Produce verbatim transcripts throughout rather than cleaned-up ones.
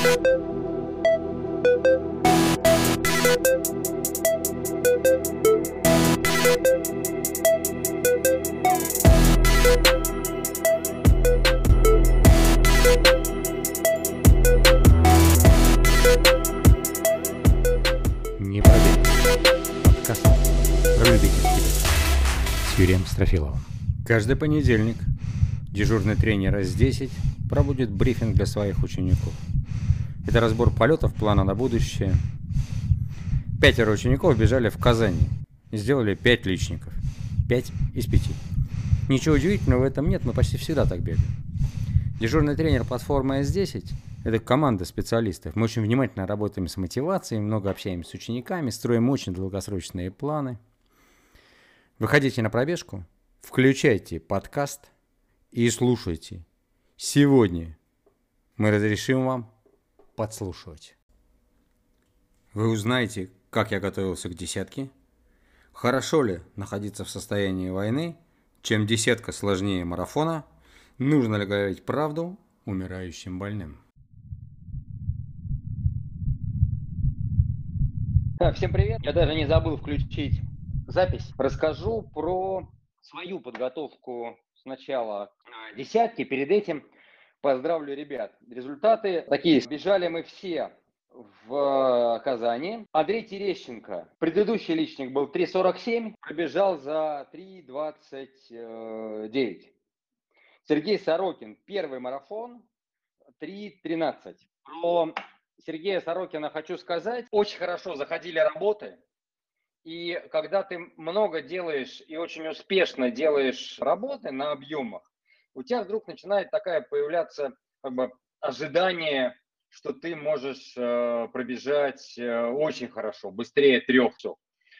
Не проверено. Подкаст про любительский бег с Юрием Строфиловым. Каждый понедельник дежурный тренер эс десять проводит брифинг для своих учеников. Это разбор полетов, плана на будущее. Пятеро учеников бежали в Казани и сделали пять личников. Пять из пяти. Ничего удивительного в этом нет, мы почти всегда так бегаем. Дежурный тренер платформы эс десять – это команда специалистов. Мы очень внимательно работаем с мотивацией, много общаемся с учениками, строим очень долгосрочные планы. Выходите на пробежку, включайте подкаст и слушайте. Сегодня мы разрешим вам подслушивать. Вы узнаете, как я готовился к десятке, хорошо ли находиться в состоянии войны, чем десятка сложнее марафона, нужно ли говорить правду умирающим больным. Так, всем привет. Я даже не забыл включить запись. Расскажу про свою подготовку с начала десятки. Перед этим поздравлю ребят. Результаты такие. Бежали мы все в Казани. Андрей Терещенко, предыдущий личник был три сорок семь, пробежал за три двадцать девять. Сергей Сорокин, первый марафон, три тринадцать. Про Сергея Сорокина хочу сказать, очень хорошо заходили работы. И когда ты много делаешь и очень успешно делаешь работы на объемах, у тебя вдруг начинает такая появляться как бы ожидание, что ты можешь э, пробежать э, очень хорошо, быстрее трех часов.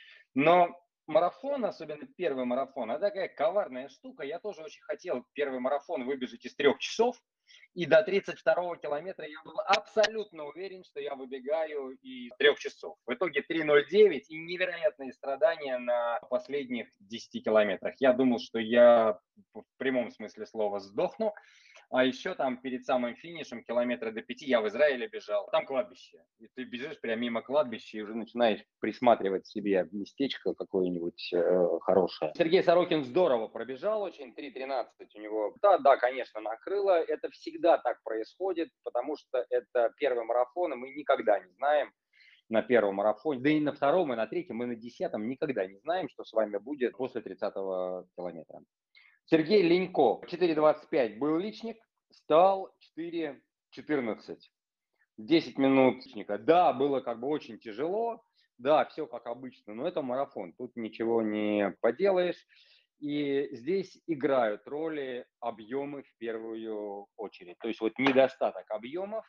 Но марафон, особенно первый марафон, это такая коварная штука. Я тоже очень хотел первый марафон выбежать из трех часов. И до тридцать второго километра я был абсолютно уверен, что я выбегаю из трех часов. В итоге три ноль девять и невероятные страдания на последних десяти километрах. Я думал, что я в прямом смысле слова сдохну. А еще там перед самым финишем, километра до пяти, я в Израиле бежал. Там кладбище. И ты бежишь прямо мимо кладбища и уже начинаешь присматривать себе местечко какое-нибудь э, хорошее. Сергей Сорокин здорово пробежал очень, три тринадцать у него. Да, да, конечно, накрыло. Это всегда так происходит, потому что это первый марафон, и мы никогда не знаем на первом марафоне, да и на втором, и на третьем, и на десятом никогда не знаем, что с вами будет после тридцатого километра. Сергей Ленько, четыре двадцать пять был личник, стал четыре четырнадцать. десять минут личника. Да, было как бы очень тяжело, да, все как обычно, но это марафон, тут ничего не поделаешь. И здесь играют роли объемы в первую очередь. То есть вот недостаток объемов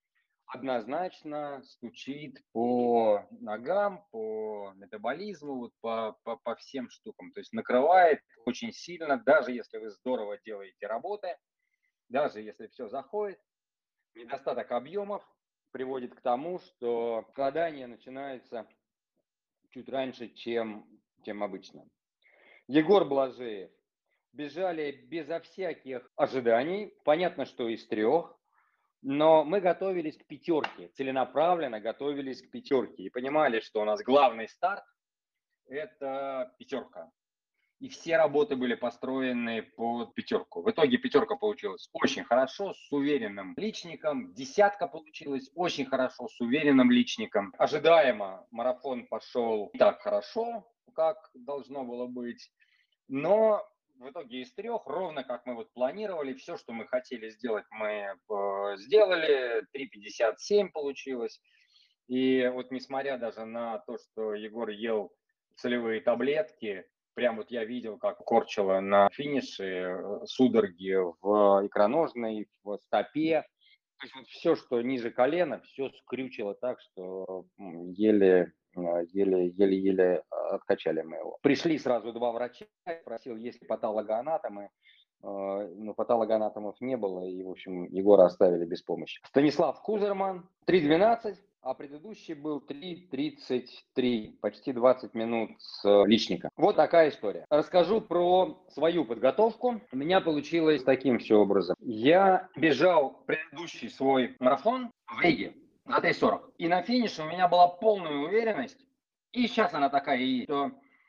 однозначно стучит по ногам, по метаболизму, вот по, по, по всем штукам. То есть накрывает очень сильно, даже если вы здорово делаете работы, даже если все заходит, недостаток объемов приводит к тому, что страдания начинаются чуть раньше, чем, чем обычно. Егор Блажеев. Бежали безо всяких ожиданий. Понятно, что из трех. Но мы готовились к пятерке, целенаправленно готовились к пятерке и понимали, что у нас главный старт – это пятерка. И все работы были построены под пятерку. В итоге пятерка получилась очень хорошо, с уверенным личником. Десятка получилась очень хорошо, с уверенным личником. Ожидаемо марафон пошел не так хорошо, как должно было быть. Но в итоге из трех, ровно как мы вот планировали, все, что мы хотели сделать, мы э, сделали. три пятьдесят семь получилось. И вот несмотря даже на то, что Егор ел солевые таблетки, прям вот я видел, как корчило на финише судороги в икроножной, в стопе. То есть вот все, что ниже колена, все скрючило так, что еле, еле, еле-еле откачали мы его. Пришли сразу два врача, спросил, есть ли патологоанатомы. Но патологоанатомов не было, и, в общем, Егора оставили без помощи. Станислав Кузерман, три двенадцать, а предыдущий был три тридцать три, почти двадцать минут с личника. Вот такая история. Расскажу про свою подготовку. У меня получилось таким все образом. Я бежал предыдущий свой марафон в Риге за три сорок. И на финише у меня была полная уверенность, и сейчас она такая и есть, что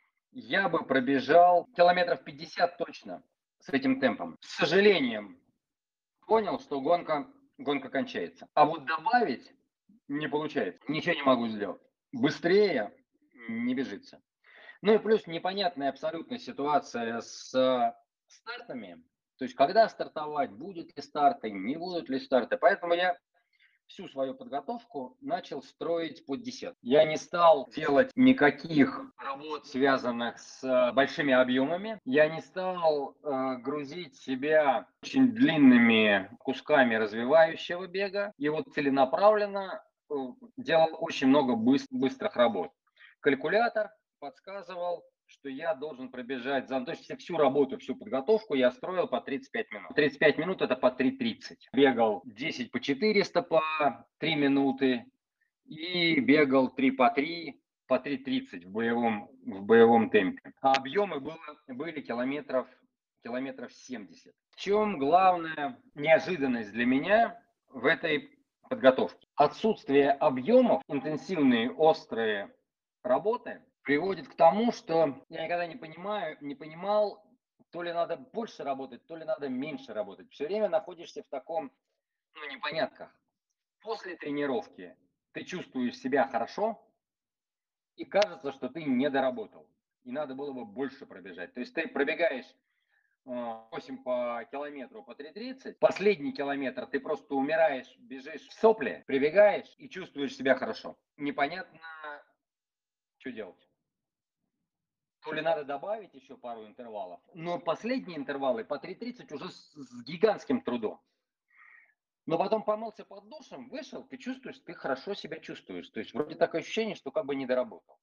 я бы пробежал километров пятьдесят точно с этим темпом. С сожалением понял, что гонка, гонка кончается. А вот добавить не получается. Ничего не могу сделать. Быстрее не бежится. Ну и плюс непонятная абсолютно ситуация с стартами. То есть, когда стартовать, будет ли старты, не будут ли старты. Поэтому я всю свою подготовку начал строить под десятку. Я не стал делать никаких работ, связанных с большими объемами. Я не стал э, грузить себя очень длинными кусками развивающего бега. И вот целенаправленно э, делал очень много быс- быстрых работ. Калькулятор подсказывал, что я должен пробежать за... То есть всю работу, всю подготовку я строил по тридцать пять минут. тридцать пять минут это по три тридцать. Бегал десять по четыреста по три минуты и бегал три по три по три тридцать в боевом, в боевом темпе. А объемы было, были километров, километров семьдесят. В чем главная неожиданность для меня в этой подготовке? Отсутствие объемов, интенсивные острые работы приводит к тому, что я никогда не понимаю, не понимал, то ли надо больше работать, то ли надо меньше работать. Все время находишься в таком, ну, непонятках. После тренировки ты чувствуешь себя хорошо, и кажется, что ты не доработал. И надо было бы больше пробежать. То есть ты пробегаешь восемь по километру по три тридцать, последний километр ты просто умираешь, бежишь в сопли, прибегаешь и чувствуешь себя хорошо. Непонятно, что делать. То ли надо добавить еще пару интервалов, но последние интервалы по три тридцать уже с, с гигантским трудом. Но потом помылся под душем, вышел, ты чувствуешь, ты хорошо себя чувствуешь. То есть вроде такое ощущение, что как бы не доработал.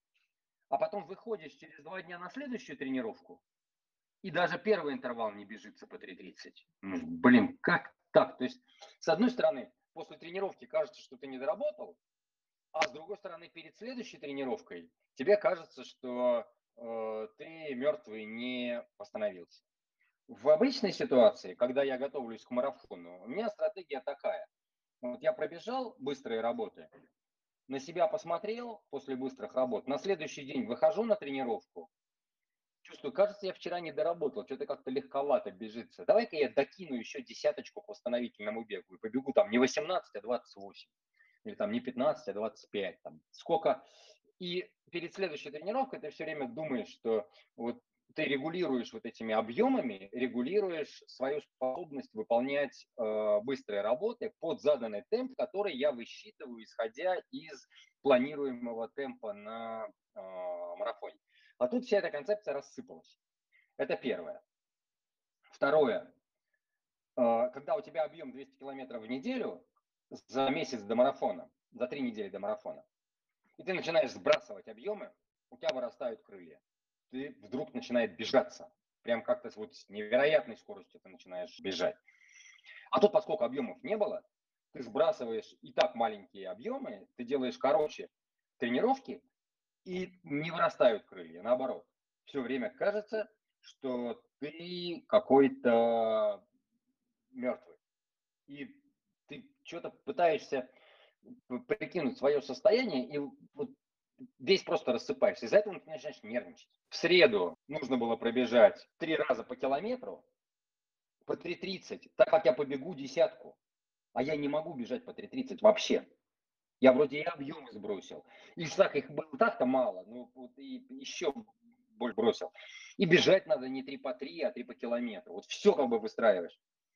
А потом выходишь через два дня на следующую тренировку, и даже первый интервал не бежится по три тридцать. Ну, блин, как так? То есть, с одной стороны, после тренировки кажется, что ты не доработал, а с другой стороны, перед следующей тренировкой тебе кажется, что э, ты мертвый не восстановился. В обычной ситуации, когда я готовлюсь к марафону, у меня стратегия такая. Вот я пробежал быстрые работы, на себя посмотрел после быстрых работ, на следующий день выхожу на тренировку, чувствую, кажется, я вчера не доработал, что-то как-то легковато бежится. Давай-ка я докину еще десяточку к восстановительному бегу и побегу там не восемнадцать, а двадцать восемь. Или там не пятнадцать, а двадцать пять. Там. Сколько. И перед следующей тренировкой ты все время думаешь, что вот ты регулируешь вот этими объемами, регулируешь свою способность выполнять э, быстрые работы под заданный темп, который я высчитываю, исходя из планируемого темпа на э, марафоне. А тут вся эта концепция рассыпалась. Это первое. Второе. Э, когда у тебя объем двести километров в неделю за месяц до марафона, за три недели до марафона, и ты начинаешь сбрасывать объемы, у тебя вырастают крылья. Ты вдруг начинает бежаться. Прям как-то вот с невероятной скоростью ты начинаешь бежать. А тут, поскольку объемов не было, ты сбрасываешь и так маленькие объемы, ты делаешь короче тренировки, и не вырастают крылья. Наоборот, все время кажется, что ты какой-то мертвый. И ты что-то пытаешься прикинуть свое состояние, и вот весь просто рассыпаешься. Из-за этого ты начинаешь нервничать. В среду нужно было пробежать три раза по километру, по три тридцать, так как я побегу десятку. А я не могу бежать по три тридцать вообще. Я вроде и объемы сбросил. И так их было так-то мало, ну вот и еще больше бросил. И бежать надо не три по три, а три по километру. Вот все как бы выстраиваешь.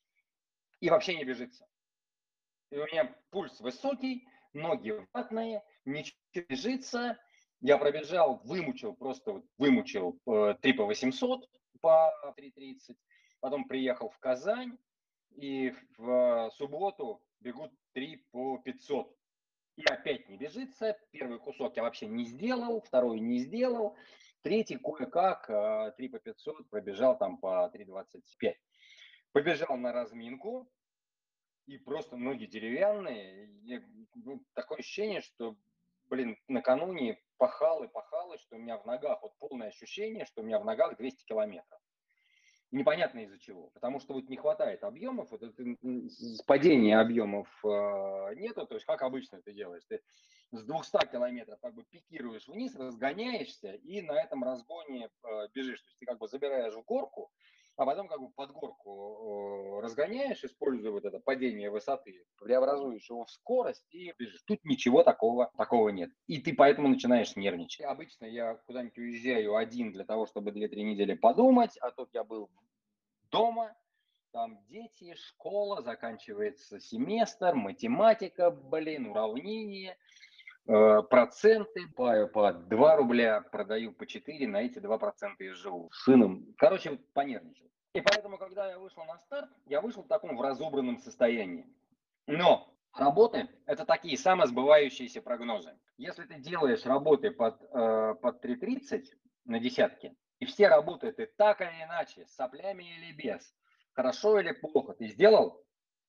И вообще не бежится. И у меня пульс высокий, ноги ватные, ничего не бежится. Я пробежал, вымучил, просто вот вымучил э, три по восемьсот по три тридцать. Потом приехал в Казань и в субботу бегу три по пятьсот. И опять не бежится. Первый кусок я вообще не сделал, второй не сделал. Третий кое-как три по пятьсот пробежал там по три двадцать пять. Побежал на разминку. и просто ноги деревянные. И, ну, такое ощущение, что, блин, накануне пахал и пахал, и что у меня в ногах, вот полное ощущение, что у меня в ногах двести километров. Непонятно из-за чего, потому что вот не хватает объемов, вот это падения объемов э, нету, то есть как обычно ты делаешь, ты с двухсот километров как бы пикируешь вниз, разгоняешься и на этом разгоне э, бежишь, то есть ты как бы забираешь в горку, а потом как бы под горку э, разгоняешь, используя вот это падение высоты, преобразуешь его в скорость и бежишь. Тут ничего такого, такого нет. И ты поэтому начинаешь нервничать. Обычно я куда-нибудь уезжаю один для того, чтобы две-три недели подумать, а тут я был дома, там дети, школа, заканчивается семестр, математика, блин, уравнение, э, проценты по, по два рубля, продаю по четыре, на эти два процента и живу. С сыном, короче, вот понервничал. И поэтому, когда я вышел на старт, я вышел в таком в разобранном состоянии. Но работы – это такие самосбывающиеся прогнозы. Если ты делаешь работы под, э, под три тридцать на десятке, и все работы ты так или иначе, с соплями или без, хорошо или плохо, ты сделал,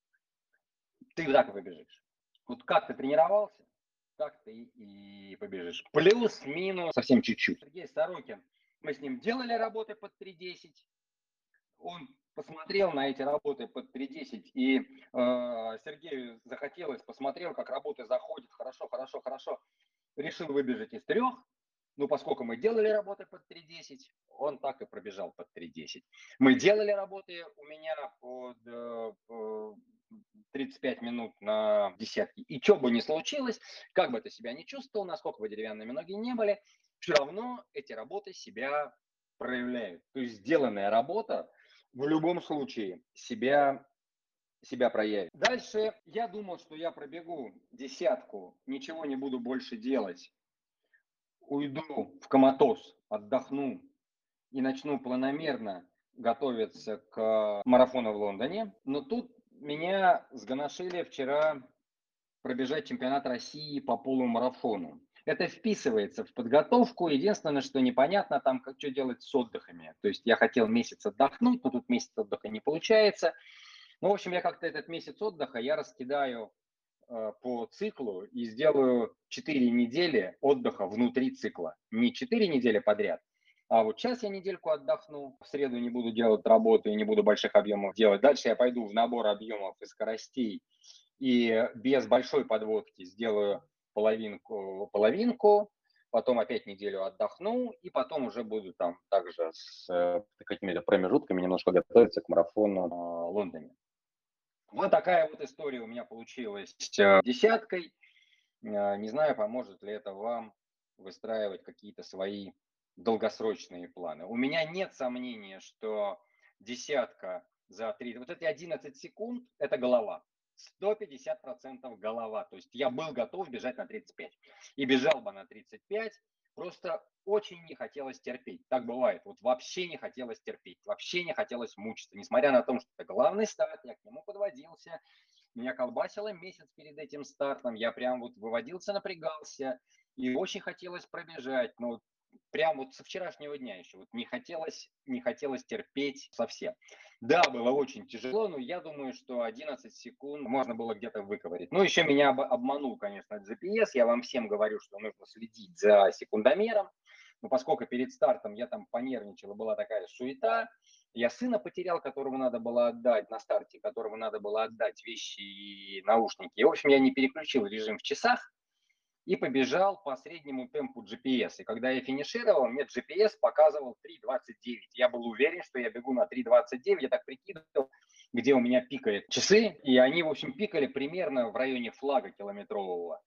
ты так и побежишь. Вот как ты тренировался, так ты и побежишь. Плюс-минус совсем чуть-чуть. Сергей Сорокин, мы с ним делали работы под три десять, он посмотрел на эти работы под три десять, и э, Сергею захотелось, посмотрел, как работы заходят, хорошо, хорошо, хорошо, решил выбежать из трех, ну, поскольку мы делали работы под три десять, он так и пробежал под три десять. Мы делали работы у меня под э, тридцать пять минут на десятки, и что бы ни случилось, как бы ты себя не чувствовал, насколько бы деревянными ноги не были, все равно эти работы себя проявляют. То есть сделанная работа в любом случае себя, себя проявит. Дальше я думал, что я пробегу десятку, ничего не буду больше делать, уйду в коматоз, отдохну и начну планомерно готовиться к марафону в Лондоне. Но тут меня сгоношили вчера пробежать чемпионат России по полумарафону. Это вписывается в подготовку. Единственное, что непонятно там, как что делать с отдыхами. То есть я хотел месяц отдохнуть, но тут месяц отдыха не получается. Ну, в общем, я как-то этот месяц отдыха я раскидаю э, по циклу и сделаю четыре недели отдыха внутри цикла. Не четыре недели подряд, а вот сейчас я недельку отдохну, в среду не буду делать работу и не буду больших объемов делать. Дальше я пойду в набор объемов и скоростей и без большой подводки сделаю половинку, половинку, потом опять неделю отдохну, и потом уже буду там также с э, какими-то промежутками немножко готовиться к марафону в Лондоне. Вот такая вот история у меня получилась с десяткой. Не знаю, поможет ли это вам выстраивать какие-то свои долгосрочные планы. У меня нет сомнения, что десятка за три, вот эти одиннадцать секунд, это голова. сто пятьдесят процентов голова. То есть я был готов бежать на тридцать пять. И бежал бы на тридцать пять. Просто очень не хотелось терпеть. Так бывает. Вот вообще не хотелось терпеть. Вообще не хотелось мучиться. Несмотря на то, что это главный старт, я к нему подводился. Меня колбасило месяц перед этим стартом. Я прям вот выводился, напрягался. И очень хотелось пробежать. Но прям вот со вчерашнего дня еще вот не хотелось, не хотелось терпеть совсем. Да, было очень тяжело, но я думаю, что одиннадцать секунд можно было где-то выковырять. Ну, еще меня обманул, конечно, джи пи эс. Я вам всем говорю, что нужно следить за секундомером. Но поскольку перед стартом я там понервничал, была такая суета, я сына потерял, которому надо было отдать на старте, которому надо было отдать вещи и наушники. И, в общем, я не переключил режим в часах и побежал по среднему темпу джи пи эс. И когда я финишировал, мне джи пи эс показывал три двадцать девять. Я был уверен, что я бегу на три двадцать девять. Я так прикидывал, где у меня пикают часы. И они, в общем, пикали примерно в районе флага километрового.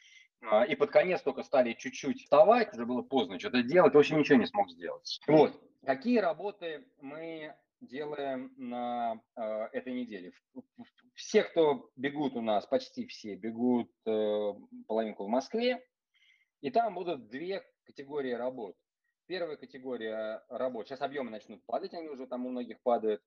И под конец только стали чуть-чуть вставать, уже было поздно что-то делать, в общем, ничего не смог сделать. Вот. Какие работы мы делаем на э, этой неделе? Все, кто бегут у нас, почти все бегут э, половинку в Москве, и там будут две категории работ. Первая категория работ, сейчас объемы начнут падать, они уже там у многих падают,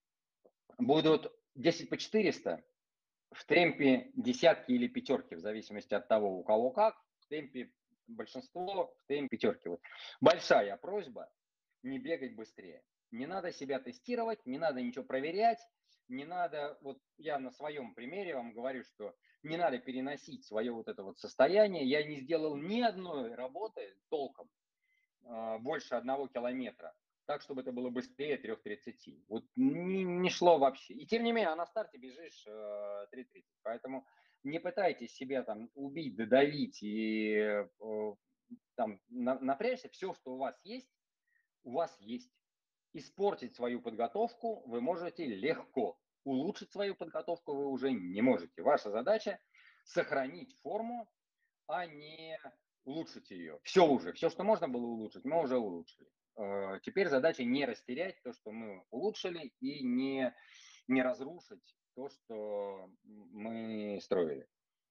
будут десять по четыреста, в темпе десятки или пятерки, в зависимости от того, у кого как, в темпе большинство, в темпе пятерки. Вот. Большая просьба не бегать быстрее. Не надо себя тестировать, не надо ничего проверять, не надо, вот я на своем примере вам говорю, что не надо переносить свое вот это вот состояние. Я не сделал ни одной работы толком э, больше одного километра, так, чтобы это было быстрее три тридцати. Вот не, не шло вообще. И тем не менее, а на старте бежишь э, три тридцать. Поэтому не пытайтесь себя там убить, додавить и э, там на, напрячься. Все, что у вас есть, у вас есть. Испортить свою подготовку вы можете легко. Улучшить свою подготовку вы уже не можете. Ваша задача сохранить форму, а не улучшить ее. Все уже, все, что можно было улучшить, мы уже улучшили. Теперь задача не растерять то, что мы улучшили, и не, не разрушить то, что мы строили.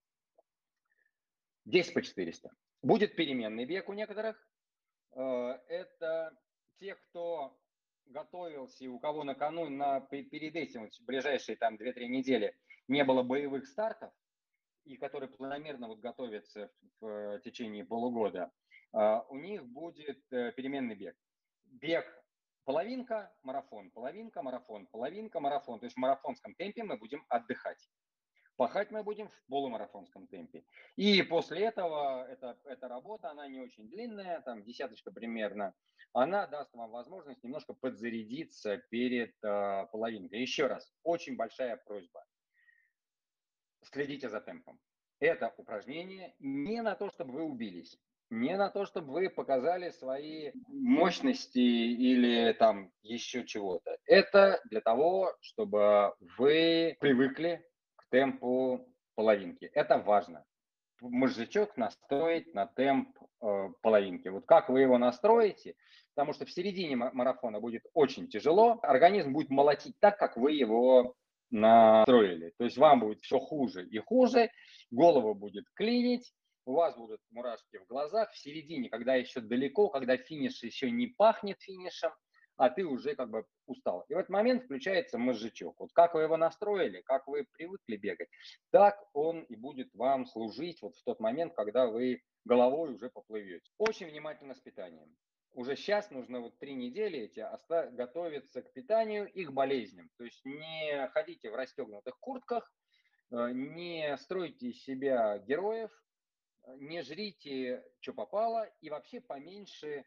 десять по четыреста. Будет переменный бег у некоторых. Это те, кто готовился и у кого накануне, на, перед этим, в ближайшие там две-три недели не было боевых стартов, и которые планомерно вот готовятся в, в течение полугода, у них будет переменный бег. Бег половинка, марафон, половинка, марафон, половинка, марафон. То есть в марафонском темпе мы будем отдыхать. Пахать мы будем в полумарафонском темпе. И после этого эта, эта работа, она не очень длинная, там десяточка примерно, она даст вам возможность немножко подзарядиться перед э, половинкой. Еще раз, очень большая просьба. Следите за темпом. Это упражнение не на то, чтобы вы убились, не на то, чтобы вы показали свои мощности или там еще чего-то. Это для того, чтобы вы привыкли к темпу половинки. Это важно. Мозжечок настроить на темп э, половинки. Вот как вы его настроите, потому что в середине марафона будет очень тяжело, организм будет молотить так, как вы его настроили. То есть вам будет все хуже и хуже, голова будет клинить, у вас будут мурашки в глазах. В середине, когда еще далеко, когда финиш еще не пахнет финишем, а ты уже как бы устал. И в этот момент включается мозжечок. Вот как вы его настроили, как вы привыкли бегать, так он и будет вам служить вот в тот момент, когда вы головой уже поплывете. Очень внимательно с питанием. Уже сейчас нужно вот три недели эти готовиться к питанию и к болезням. То есть не ходите в расстегнутых куртках, не стройте из себя героев, не жрите, что попало, и вообще поменьше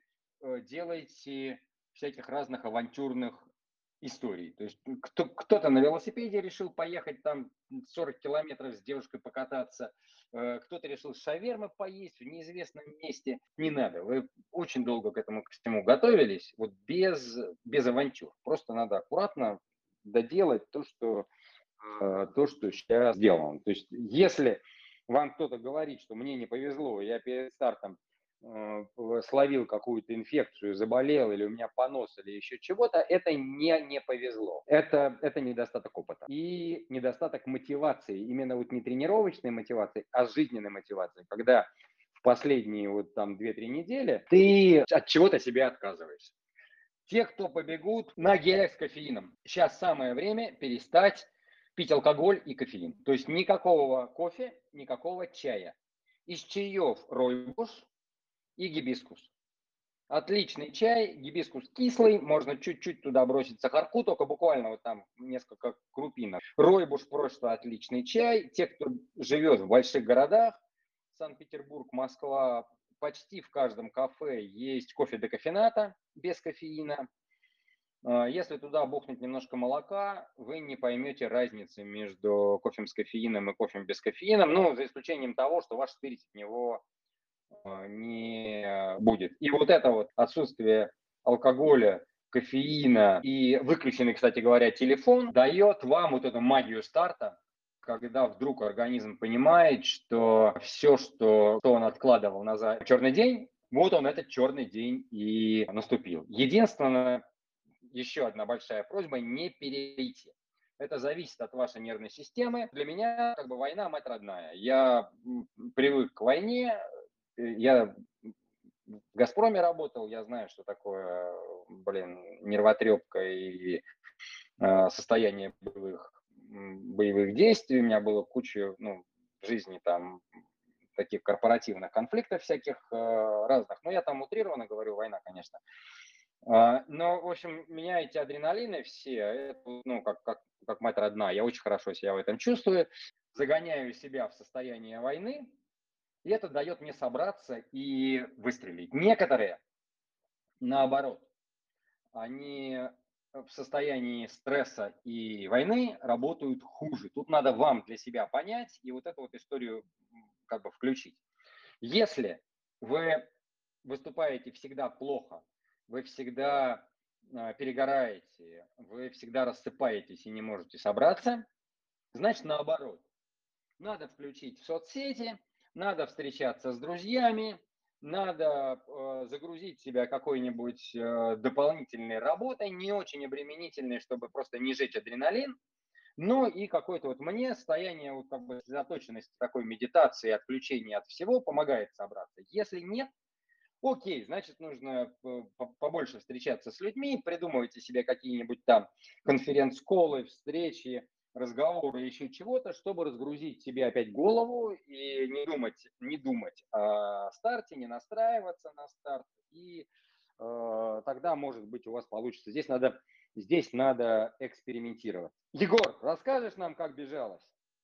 делайте всяких разных авантюрных историй. То есть кто, кто-то на велосипеде решил поехать там сорок километров с девушкой покататься, кто-то решил шавермы поесть в неизвестном месте. Не надо, вы очень долго к этому ко всему готовились, вот без, без авантюр. Просто надо аккуратно доделать то, что, то, что сейчас сделано. То есть если вам кто-то говорит, что мне не повезло, я перед стартом э, словил какую-то инфекцию, заболел, или у меня понос, или еще чего-то, это не, не повезло. Это, это недостаток опыта. И недостаток мотивации. Именно вот не тренировочной мотивации, а жизненной мотивации. Когда в последние вот там две-три недели ты от чего-то себе отказываешься. Те, кто побегут на гелях с кофеином, сейчас самое время перестать пить алкоголь и кофеин. То есть никакого кофе, никакого чая. Из чаев ройбуш и гибискус. Отличный чай, гибискус кислый, можно чуть-чуть туда бросить сахарку, только буквально вот там несколько крупинок. Ройбуш просто отличный чай. Те, кто живет в больших городах, Санкт-Петербург, Москва, почти в каждом кафе есть кофе декафената без кофеина. Если туда бухнуть немножко молока, вы не поймете разницы между кофе с кофеином и кофе без кофеина, ну, за исключением того, что ваш стырить от него не будет. И вот это вот отсутствие алкоголя, кофеина и выключенный, кстати говоря, телефон дает вам вот эту магию старта, когда вдруг организм понимает, что все, что, что он откладывал на черный день, вот он этот черный день и наступил. Единственное, еще одна большая просьба, не перейти. Это зависит от вашей нервной системы. Для меня как бы война мать родная. Я привык к войне, я в «Газпроме» работал, я знаю, что такое, блин, нервотрепка и э, состояние боевых, боевых действий. У меня было куча, ну, в жизни там таких корпоративных конфликтов всяких э, разных. Но я там утрированно говорю, война, конечно. Но, в общем, меня эти адреналины все, это, ну, как, как как мать родная, я очень хорошо себя в этом чувствую, загоняю себя в состояние войны, и это дает мне собраться и выстрелить. Некоторые, наоборот, они в состоянии стресса и войны работают хуже. Тут надо вам для себя понять и вот эту вот историю как бы включить. Если вы выступаете всегда плохо, вы всегда э, перегораете, вы всегда рассыпаетесь и не можете собраться, значит наоборот. Надо включить в соцсети, надо встречаться с друзьями, надо э, загрузить себя какой-нибудь э, дополнительной работой, не очень обременительной, чтобы просто не жечь адреналин, но и какое-то вот мне состояние вот как бы сосредоточенности, такой медитации, отключения от всего помогает собраться. Если нет, окей, значит, нужно э, побольше встречаться с людьми, придумывайте себе какие-нибудь там конференц-колы, встречи, разговоры, еще чего-то, чтобы разгрузить себе опять голову и не думать, не думать о старте, не настраиваться на старт, и э, тогда, может быть, у вас получится. Здесь надо, здесь надо экспериментировать. Егор, расскажешь нам, как бежалось?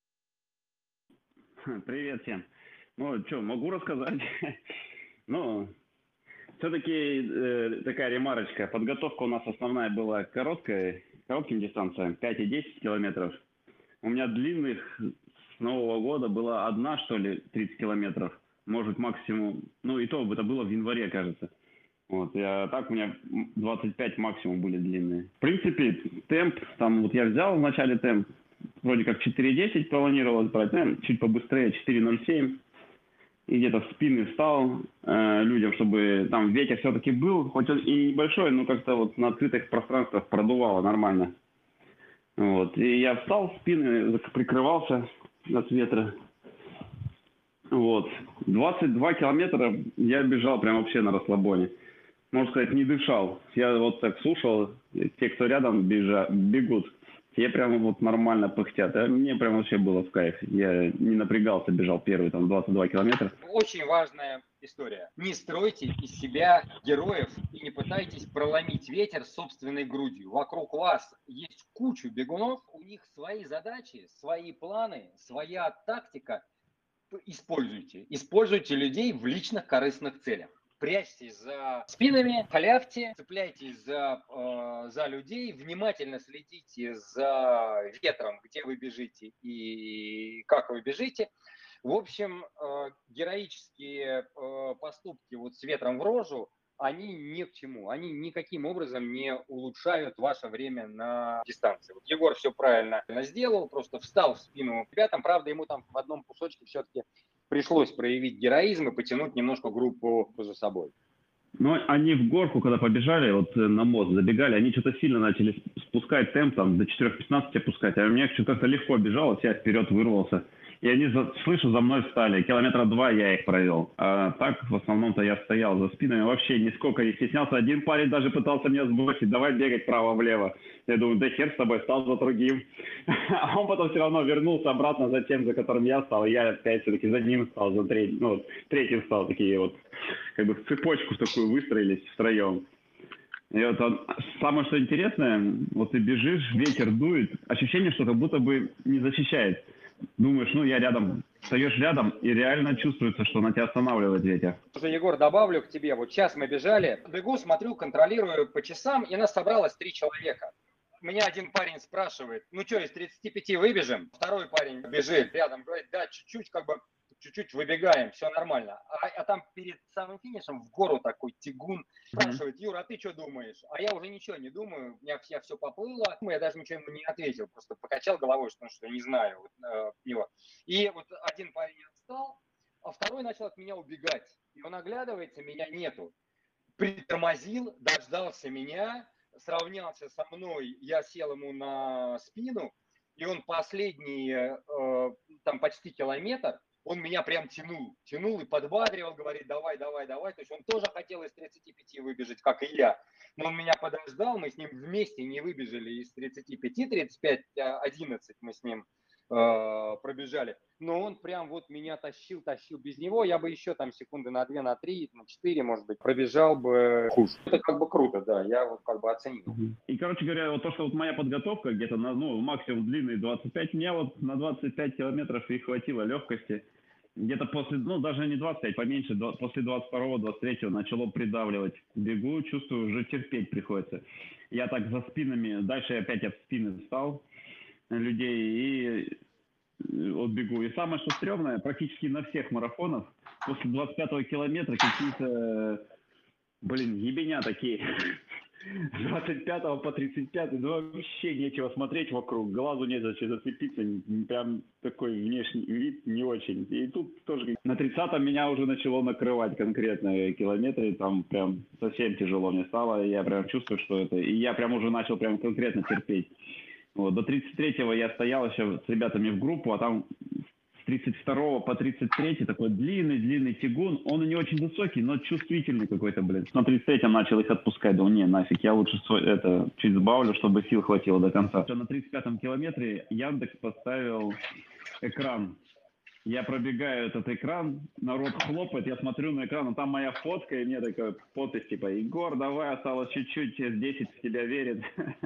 Привет всем. Ну, что, могу рассказать. Ну, все-таки э, такая ремарочка. Подготовка у нас основная была короткая, коротким дистанциям, пять и десять километров. У меня длинных с Нового года была одна, что ли, тридцать километров. Может, максимум, ну и то, это было в январе, кажется. Вот, а так у меня двадцать пять максимум были длинные. В принципе, темп, там вот я взял в начале темп, вроде как четыре десять планировалось брать, ну, чуть побыстрее, четыре ноль семь. И где-то в спины встал э, людям, чтобы там ветер все-таки был, хоть он и небольшой, но как-то вот на открытых пространствах продувало нормально. Вот. И я встал в спины, прикрывался от ветра. Вот. двадцать два километра я бежал прям вообще на расслабоне. Можно сказать, не дышал. Я вот так слушал, те, кто рядом бежа, бегут, те прямо вот нормально пыхтят. А мне прям вообще было в кайф. Я не напрягался, бежал первый там двадцать два километра. Очень важная история. Не стройте из себя героев и не пытайтесь проломить ветер собственной грудью. Вокруг вас есть кучу бегунов, у них свои задачи, свои планы, своя тактика. Используйте. Используйте людей в личных корыстных целях. Прячьтесь за спинами, халявьте, цепляйтесь за, э, за людей, внимательно следите за ветром, где вы бежите и как вы бежите. В общем, э, героические э, поступки вот с ветром в рожу, они ни к чему, они никаким образом не улучшают ваше время на дистанции. Вот Егор все правильно сделал, просто встал в спину ребятам, правда, ему там в одном кусочке все-таки пришлось проявить героизм и потянуть немножко группу за собой. Ну, они в горку, когда побежали, вот на мост забегали, они что-то сильно начали спускать темп, там, до четыре пятнадцать опускать, а у меня что-то как-то легко бежал, я вперед вырвался. И они, за, слышу, за мной встали. Километра два я их провел. А так, в основном-то я стоял за спинами. Вообще нисколько не стеснялся. Один парень даже пытался меня сбросить. Давай бегать право-влево. Я думаю, да хер с тобой, стал за другим. А он потом все равно вернулся обратно за тем, за которым я стал. И я опять все-таки за ним стал, за третьим. Ну, третьим стал. Такие вот, как бы в цепочку такую выстроились втроем. И вот он, самое что интересное, вот ты бежишь, ветер дует. Ощущение, что как будто бы не защищает. Думаешь, ну я рядом, встаешь рядом, и реально чувствуется, что на тебя останавливает ветер. Уже, Егор, добавлю к тебе. Вот сейчас мы бежали, бегу, смотрю, контролирую по часам, и нас собралось три человека. Меня один парень спрашивает, ну что, из тридцати пяти выбежим? Второй парень бежит рядом, говорит, да, чуть-чуть как бы, чуть-чуть выбегаем, все нормально. А, а там перед самым финишем в гору такой тягун спрашивает, Юра, а ты что думаешь? А я уже ничего не думаю, у меня вся все поплыло. Я даже ничего ему не ответил, просто покачал головой, что, ну, что не знаю вот, э, его. И вот один парень отстал, а второй начал от меня убегать. И он оглядывается, меня нету. Притормозил, дождался меня, сравнялся со мной, я сел ему на спину, и он последний, э, там почти километр, он меня прям тянул, тянул и подбадривал, говорит, давай, давай, давай. То есть он тоже хотел из тридцати пяти выбежать, как и я. Но он меня подождал, мы с ним вместе не выбежали из тридцати пяти, тридцать пять одиннадцать мы с ним э, пробежали. Но он прям вот меня тащил, тащил. Без него я бы еще там секунды на две, на три, на четыре, может быть, пробежал бы хуже. Это как бы круто, да, я вот как бы оценил. И, короче говоря, вот то, что вот моя подготовка где-то на, ну, максимум длинный двадцать пять, мне вот на двадцать пять километров и хватило легкости. Где-то после, ну, даже не двадцать пять, поменьше, после двадцать второго — двадцать третьего начало придавливать. Бегу, чувствую, уже терпеть приходится. Я так за спинами, дальше опять от спины встал людей и вот бегу. И самое, что стрёмное, практически на всех марафонах после двадцать пятого километра какие-то, блин, ебеня такие. С двадцать пятого по тридцать пятый, ну вообще нечего смотреть вокруг, глазу не за что зацепиться, прям такой внешний вид не очень. И тут тоже на тридцатом меня уже начало накрывать конкретно километры, там прям совсем тяжело мне стало, я прям чувствую, что это, и я прям уже начал прям конкретно терпеть. Вот, до тридцать третьего я стоял еще с ребятами в группу, а там с тридцать второго по тридцать третий такой длинный-длинный тягун. Он и не очень высокий, но чувствительный какой-то, блин. На тридцать третьем начал их отпускать. Думаю, не, нафиг, я лучше свой, это, чуть сбавлю, чтобы сил хватило до конца. На тридцать пятом километре Яндекс поставил экран. Я пробегаю этот экран, народ хлопает, я смотрю на экран, а там моя фотка, и мне такая подпись, типа, Егор, давай, осталось чуть-чуть, через десять в тебя верит.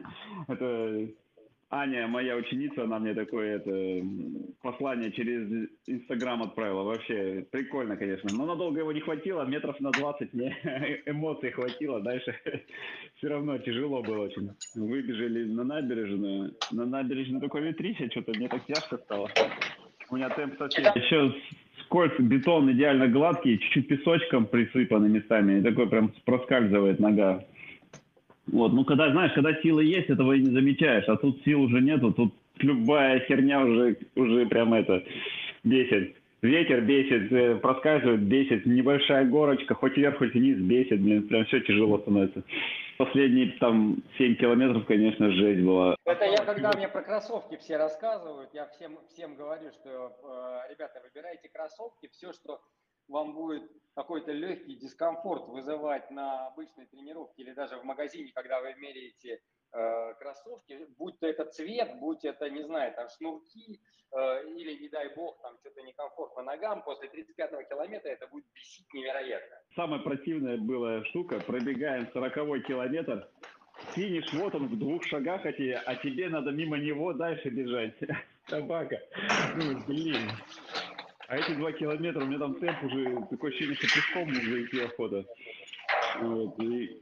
Это... Аня, моя ученица, она мне такое это, послание через Инстаграм отправила. Вообще прикольно, конечно. Но надолго его не хватило, метров на двадцать мне эмоций хватило. Дальше все равно тяжело было очень. Выбежали на набережную. На набережную такой ветрище, что-то мне так тяжко стало. У меня темп совсем. Еще скользкий, бетон идеально гладкий, чуть-чуть песочком присыпанный местами. И такой прям проскальзывает нога. Вот, ну когда, знаешь, когда силы есть, этого и не замечаешь, а тут сил уже нету, тут любая херня уже, уже прям это бесит. Ветер бесит, проскальзывает, бесит, небольшая горочка, хоть вверх, хоть вниз, бесит, блин, прям все тяжело становится. Последние там семь километров, конечно, жесть была. Это я, когда мне про кроссовки все рассказывают, я всем, всем говорю, что, э, ребята, выбирайте кроссовки, все, что вам будет какой-то легкий дискомфорт вызывать на обычной тренировке или даже в магазине, когда вы меряете э, кроссовки, будь то это цвет, будь это, не знаю, там шнурки э, или, не дай бог, там что-то некомфортно ногам, после тридцать пятого километра это будет бесить невероятно. Самая противная была штука, пробегаем сороковой километр, финиш вот он в двух шагах от тебя, а тебе надо мимо него дальше бежать. Собака. Ну, блин. А эти два километра, у меня там темп уже, такое ощущение, что пешком уже идти охота. Вот, и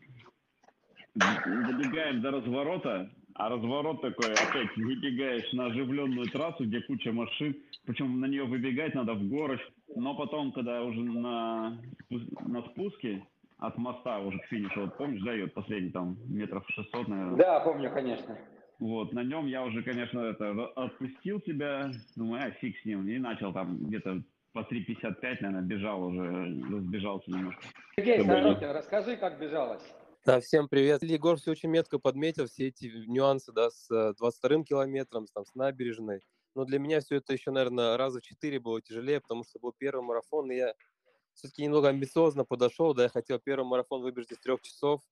добегаем до разворота, а разворот такой, опять выбегаешь на оживленную трассу, где куча машин, причем на нее выбегать надо в горочку, но потом, когда уже на, на спуске от моста уже к финишу, вот помнишь, да, ее последний там метров шестьсот, наверное? Да, помню, конечно. Вот, на нем я уже, конечно, это, отпустил себя, думаю, а, фиг с ним, и начал там где-то по три пятьдесят пять, наверное, бежал уже, сбежался немножко. Сергей Сорокин, расскажи, как бежалось. Да, всем привет. Егор все очень метко подметил, все эти нюансы, да, с двадцать вторым километром, там, с набережной. Но для меня все это еще, наверное, раза в четыре было тяжелее, потому что был первый марафон, и я все-таки немного амбициозно подошел, да, я хотел первый марафон выбежать из трех часов.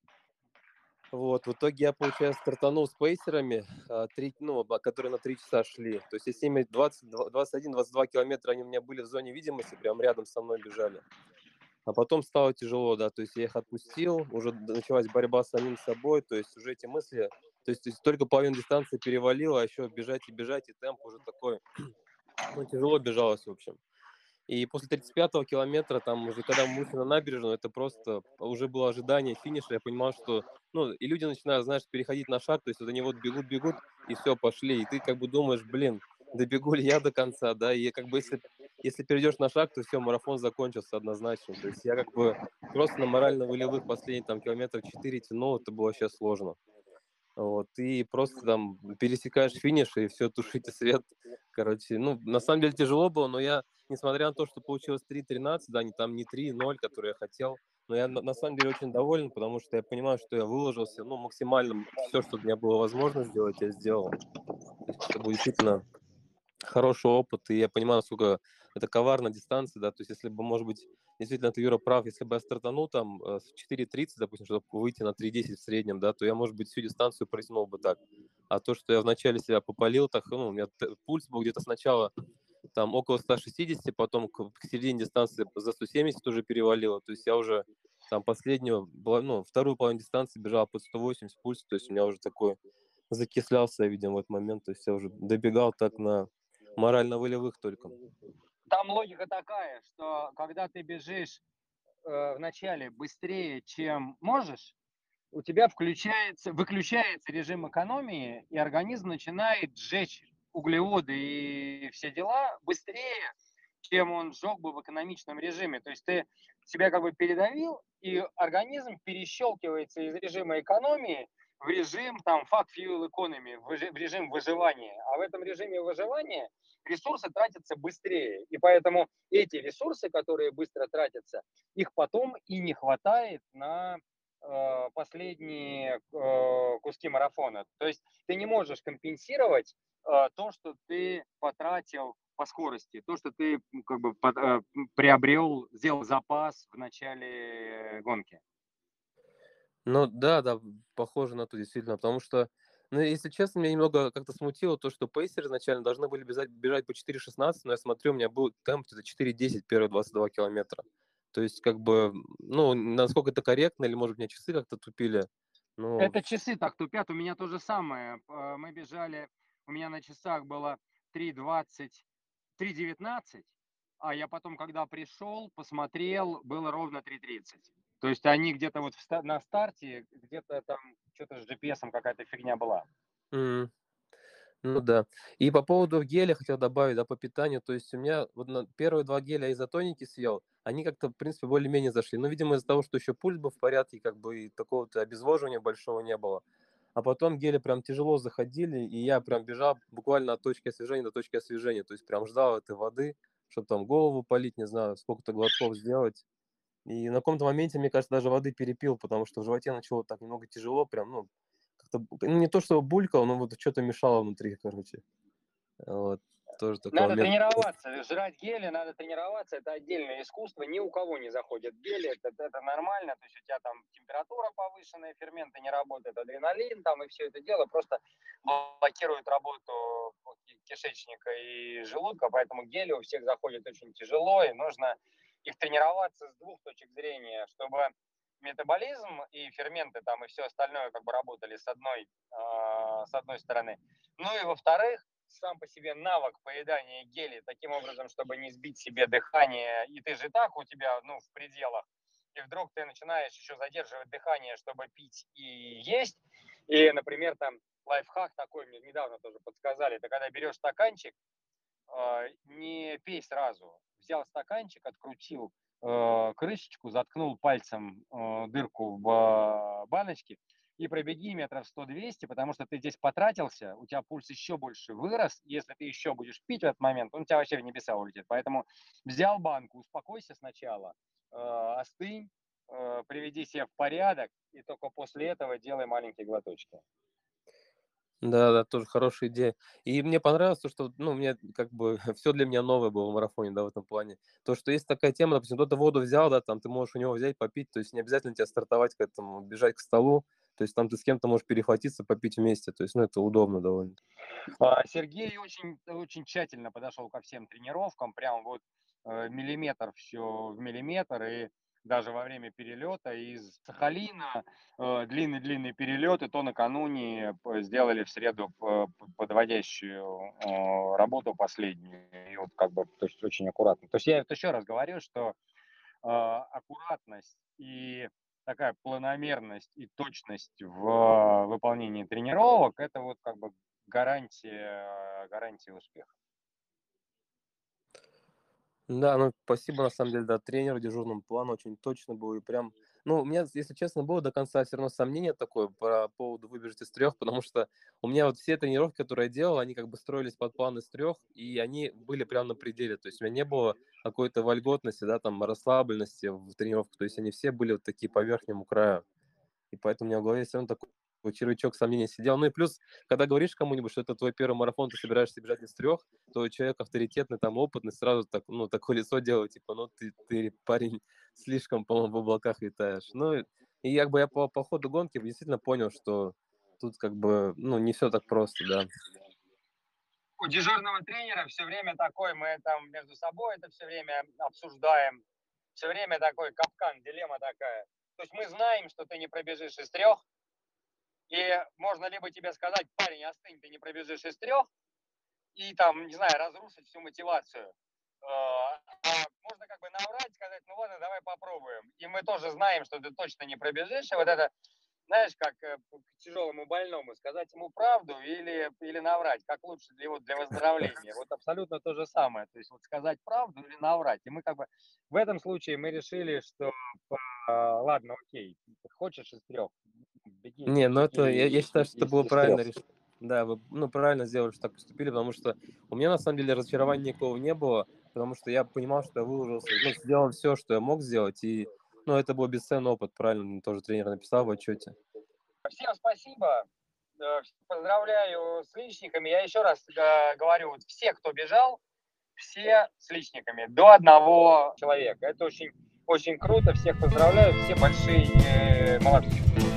Вот, в итоге я, получается, стартанул с пейсерами, три, ну, которые на три часа шли. То есть, с ними двадцать, двадцать один - двадцать два километра они у меня были в зоне видимости, прям рядом со мной бежали. А потом стало тяжело, да, то есть я их отпустил, уже началась борьба с самим собой, то есть уже эти мысли, то есть, то есть только половину дистанции перевалило, а еще бежать и бежать, и темп уже такой, ну, тяжело бежалось, в общем. И после тридцать пятого километра, там уже когда мы вышли на набережную, это просто уже было ожидание финиша. Я понимал, что, ну, и люди начинают, знаешь, переходить на шаг, то есть вот они вот бегут, бегут, и все, пошли. И ты как бы думаешь, блин, добегу ли я до конца, да, и как бы если, если перейдешь на шаг, то все, марафон закончился однозначно. То есть я как бы просто на морально-волевых последних там километров четыре тянул, это было вообще сложно. Вот, и просто там пересекаешь финиш, и все, тушите свет. Короче, ну, на самом деле тяжело было, но я, несмотря на то, что получилось три тринадцать, да, не там не три ноль, которые я хотел, но я на, на самом деле очень доволен, потому что я понимаю, что я выложился, ну, максимально все, что у меня было возможно сделать, я сделал. То есть это был действительно хороший опыт, и я понимаю, насколько это коварная дистанция, да, то есть если бы, может быть, действительно, ты, Юра, прав, если бы я стартанул там э, в четыре тридцать, допустим, чтобы выйти на три десять в среднем, да, то я, может быть, всю дистанцию протянул бы так. А то, что я вначале себя попалил, так, ну, у меня т- пульс был где-то сначала там около ста шестидесяти, потом к, к середине дистанции за сто семьдесят уже перевалило. То есть я уже там последнюю, была- ну, вторую половину дистанции бежал под сто восемьдесят пульс, то есть у меня уже такой закислялся, видимо, в этот момент. То есть я уже добегал так на морально-волевых только. Там логика такая, что когда ты бежишь э, вначале быстрее, чем можешь, у тебя включается, выключается режим экономии, и организм начинает сжечь углеводы и все дела быстрее, чем он сжег бы в экономичном режиме. То есть ты себя как бы передавил, и организм перещелкивается из режима экономии в режим там fuck fuel economy, в режим выживания. А в этом режиме выживания ресурсы тратятся быстрее. И поэтому эти ресурсы, которые быстро тратятся, их потом и не хватает на э, последние э, куски марафона. То есть ты не можешь компенсировать э, то, что ты потратил по скорости, то, что ты как бы под, э, приобрел, сделал запас в начале гонки. Ну да, да, похоже на то, действительно, потому что, ну, если честно, меня немного как-то смутило то, что пейсеры изначально должны были бежать, бежать по четыре шестнадцать, но я смотрю, у меня был темп где-то четыре десять первые двадцать два километра. То есть, как бы, ну, насколько это корректно, или, может, у меня часы как-то тупили, ну, Это часы так тупят, у меня то же самое. Э, Мы бежали, у меня на часах было три двадцать, три девятнадцать, а я потом, когда пришел, посмотрел, было ровно три тридцать. То есть они где-то вот в ста- на старте, где-то там что-то с джи пи эс какая-то фигня была. м, ну да. И по поводу геля хотел добавить, да, по питанию. То есть у меня вот на первые два геля изотоники съел, они как-то, в принципе, более-менее зашли. Но, видимо, из-за того, что еще пульс был в порядке, как бы и такого-то обезвоживания большого не было. А потом гели прям тяжело заходили, и я прям бежал буквально от точки освежения до точки освежения. То есть прям ждал этой воды, чтобы там голову полить, не знаю, сколько-то глотков сделать. И на каком-то моменте, мне кажется, даже воды перепил, потому что в животе начало так немного тяжело, прям, ну, как-то, ну, не то чтобы булькал, но вот что-то мешало внутри, короче. Вот, тоже такой Надо момент. тренироваться, жрать гели, надо тренироваться, это отдельное искусство, ни у кого не заходит гели, это, это нормально, то есть у тебя там температура повышенная, ферменты не работают, адреналин там и все это дело просто блокирует работу кишечника и желудка, поэтому гели у всех заходят очень тяжело, и нужно их тренироваться с двух точек зрения, чтобы метаболизм и ферменты там и все остальное как бы работали с одной, э, с одной стороны. Ну и во-вторых, сам по себе навык поедания гелей таким образом, чтобы не сбить себе дыхание, и ты же и так у тебя, ну, в пределах, и вдруг ты начинаешь еще задерживать дыхание, чтобы пить и есть, и, например, там лайфхак такой мне недавно тоже подсказали, ты когда берешь стаканчик, э, не пей сразу, взял стаканчик, открутил э, крышечку, заткнул пальцем э, дырку в баночке, и пробеги метров сто-двести, потому что ты здесь потратился, у тебя пульс еще больше вырос, и если ты еще будешь пить в этот момент, он у тебя вообще в небеса улетит. Поэтому взял банку, успокойся сначала, э, остынь, э, приведи себя в порядок, и только после этого делай маленькие глоточки. Да, да, тоже хорошая идея. И мне понравилось то, что, ну, мне как бы все для меня новое было в марафоне, да, в этом плане. То, что есть такая тема, допустим, кто-то воду взял, да, там ты можешь у него взять, попить, то есть не обязательно тебе стартовать к этому, бежать к столу, то есть там ты с кем-то можешь перехватиться, попить вместе, то есть, ну, это удобно довольно. А, Сергей очень, очень тщательно подошел ко всем тренировкам, прям вот э, миллиметр все в миллиметр, и даже во время перелета из Сахалина э, длинный-длинный перелет, и то накануне п- сделали в среду п- п- подводящую э, работу последнюю, и вот как бы, то есть очень аккуратно. То есть я вот еще раз говорю, что э, аккуратность и такая планомерность и точность в выполнении тренировок, это вот как бы гарантия, гарантия успеха. Да, ну спасибо, на самом деле, да, тренеру дежурному, план очень точно был, и прям, ну, у меня, если честно, было до конца все равно сомнение такое по поводу выбежать из трех, потому что у меня вот все тренировки, которые я делал, они как бы строились под план из трех, и они были прям на пределе, то есть у меня не было какой-то вольготности, да, там, расслабленности в тренировках, то есть они все были вот такие по верхнему краю, и поэтому у меня в голове все равно такой червячок сомнения сидел. Ну и плюс, когда говоришь кому-нибудь, что это твой первый марафон, ты собираешься бежать из трех, то человек авторитетный, там, опытный, сразу так, ну, такое лицо делает, типа, ну, ты, ты парень, слишком, по-моему, в облаках витаешь. Ну, и, и как бы я по, по ходу гонки действительно понял, что тут как бы, ну, не все так просто, да. У дежурного тренера все время такой, мы там между собой это все время обсуждаем, все время такой капкан, дилемма такая. То есть мы знаем, что ты не пробежишь из трех, и можно либо тебе сказать, парень, остынь, ты не пробежишь из трех, и там, не знаю, разрушить всю мотивацию. А можно как бы наврать, сказать, ну ладно, давай попробуем. И мы тоже знаем, что ты точно не пробежишь, и вот это, знаешь, как к тяжелому больному, сказать ему правду или, или наврать, как лучше для, вот, для выздоровления. Вот абсолютно то же самое. То есть вот сказать правду или наврать. И мы как бы в этом случае мы решили, что ладно, окей, хочешь из трех, беги. Не, ну это, я, я считаю, что это было правильно решение. Да, вы ну, правильно сделали, что так поступили, потому что у меня на самом деле разочарования никакого не было, потому что я понимал, что я выложился, ну, сделал все, что я мог сделать, и, ну, это был бесценный опыт, правильно тоже тренер написал в отчете. Всем спасибо, поздравляю с личниками. Я еще раз говорю, вот все, кто бежал, все с личниками, до одного человека. Это очень, очень круто, всех поздравляю, все большие молодцы.